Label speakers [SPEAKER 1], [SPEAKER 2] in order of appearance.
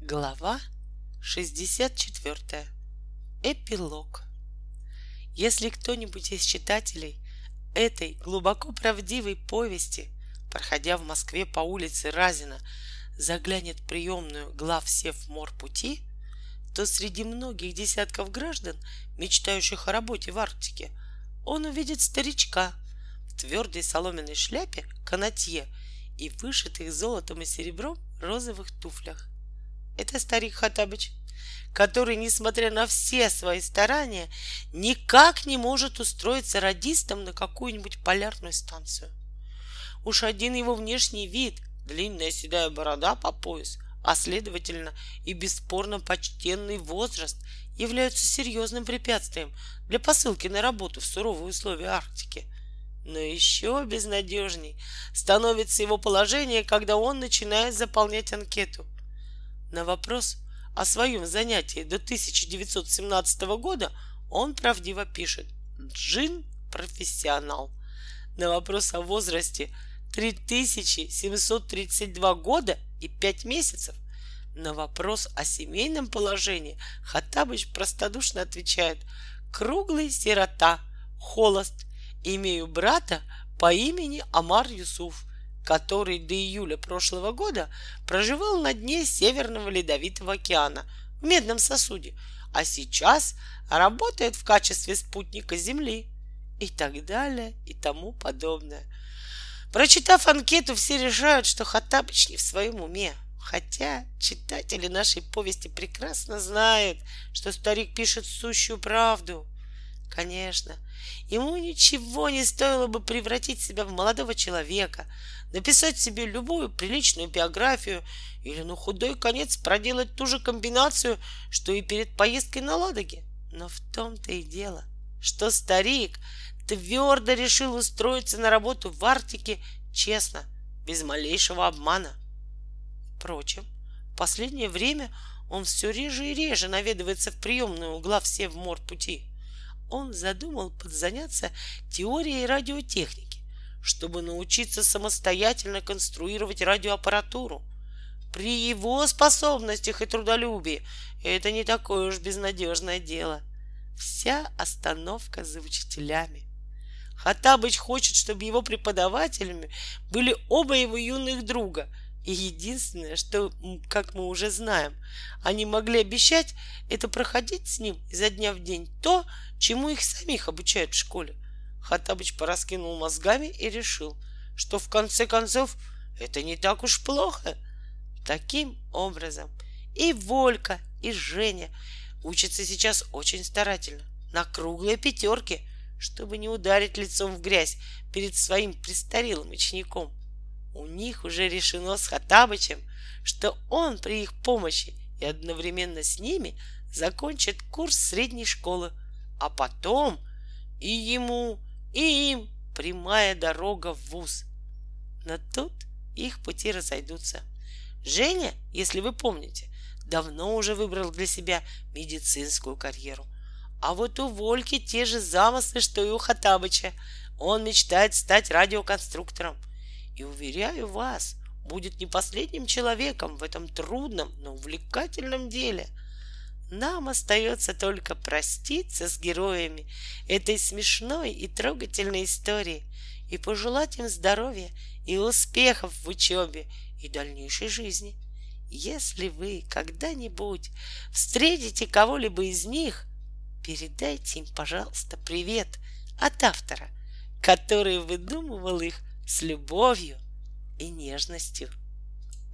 [SPEAKER 1] Глава 64. Эпилог. Если кто-нибудь из читателей этой глубоко правдивой повести, проходя в Москве по улице Разина, заглянет в приемную главсевморпути, то среди многих десятков граждан, мечтающих о работе в Арктике, он увидит старичка в твердой соломенной шляпе канатье и вышитых золотом и серебром розовых туфлях. Это старик Хоттабыч, который, несмотря на все свои старания, никак не может устроиться радистом на какую-нибудь полярную станцию. Уж один его внешний вид, длинная седая борода по пояс, а следовательно и бесспорно почтенный возраст, являются серьезным препятствием для посылки на работу в суровые условия Арктики. Но еще безнадежней становится его положение, когда он начинает заполнять анкету. На вопрос о своем занятии до 1917 года он правдиво пишет: «Джин – профессионал». На вопрос о возрасте 3732 года и 5 месяцев, на вопрос о семейном положении Хоттабыч простодушно отвечает: «Круглый сирота, холост, имею брата по имени Омар Юсуф, который до июля прошлого года проживал на дне Северного Ледовитого океана в медном сосуде, а сейчас работает в качестве спутника Земли», и так далее и тому подобное. Прочитав анкету, все решают, что Хоттабыч не в своем уме, хотя читатели нашей повести прекрасно знают, что старик пишет сущую правду. Конечно, ему ничего не стоило бы превратить себя в молодого человека, написать себе любую приличную биографию или на худой конец проделать ту же комбинацию, что и перед поездкой на Ладоге. Но в том-то и дело, что старик твердо решил устроиться на работу в Арктике честно, без малейшего обмана. Впрочем, в последнее время он все реже и реже наведывается в приемную главсевморпути. Он задумал подзаняться теорией радиотехники, чтобы научиться самостоятельно конструировать радиоаппаратуру. При его способностях и трудолюбии это не такое уж безнадежное дело. Вся остановка за учителями. Хоттабыч хочет, чтобы его преподавателями были оба его юных друга. И единственное, что, как мы уже знаем, они могли обещать, это проходить с ним изо дня в день то, чему их самих обучают в школе. Хоттабыч пораскинул мозгами и решил, что в конце концов это не так уж плохо. Таким образом, и Волька, и Женя учатся сейчас очень старательно, на круглые пятерки, чтобы не ударить лицом в грязь перед своим престарелым учеником. У них уже решено с Хоттабычем, что он при их помощи и одновременно с ними закончит курс средней школы, а потом и ему, и им прямая дорога в вуз. Но тут их пути разойдутся. Женя, если вы помните, давно уже выбрал для себя медицинскую карьеру. А вот у Вольки те же замыслы, что и у Хоттабыча. Он мечтает стать радиоконструктором. И, уверяю вас, будет не последним человеком в этом трудном, но увлекательном деле. Нам остается только проститься с героями этой смешной и трогательной истории и пожелать им здоровья и успехов в учебе и дальнейшей жизни. Если вы когда-нибудь встретите кого-либо из них, передайте им, пожалуйста, привет от автора, который выдумывал их с любовью и нежностью.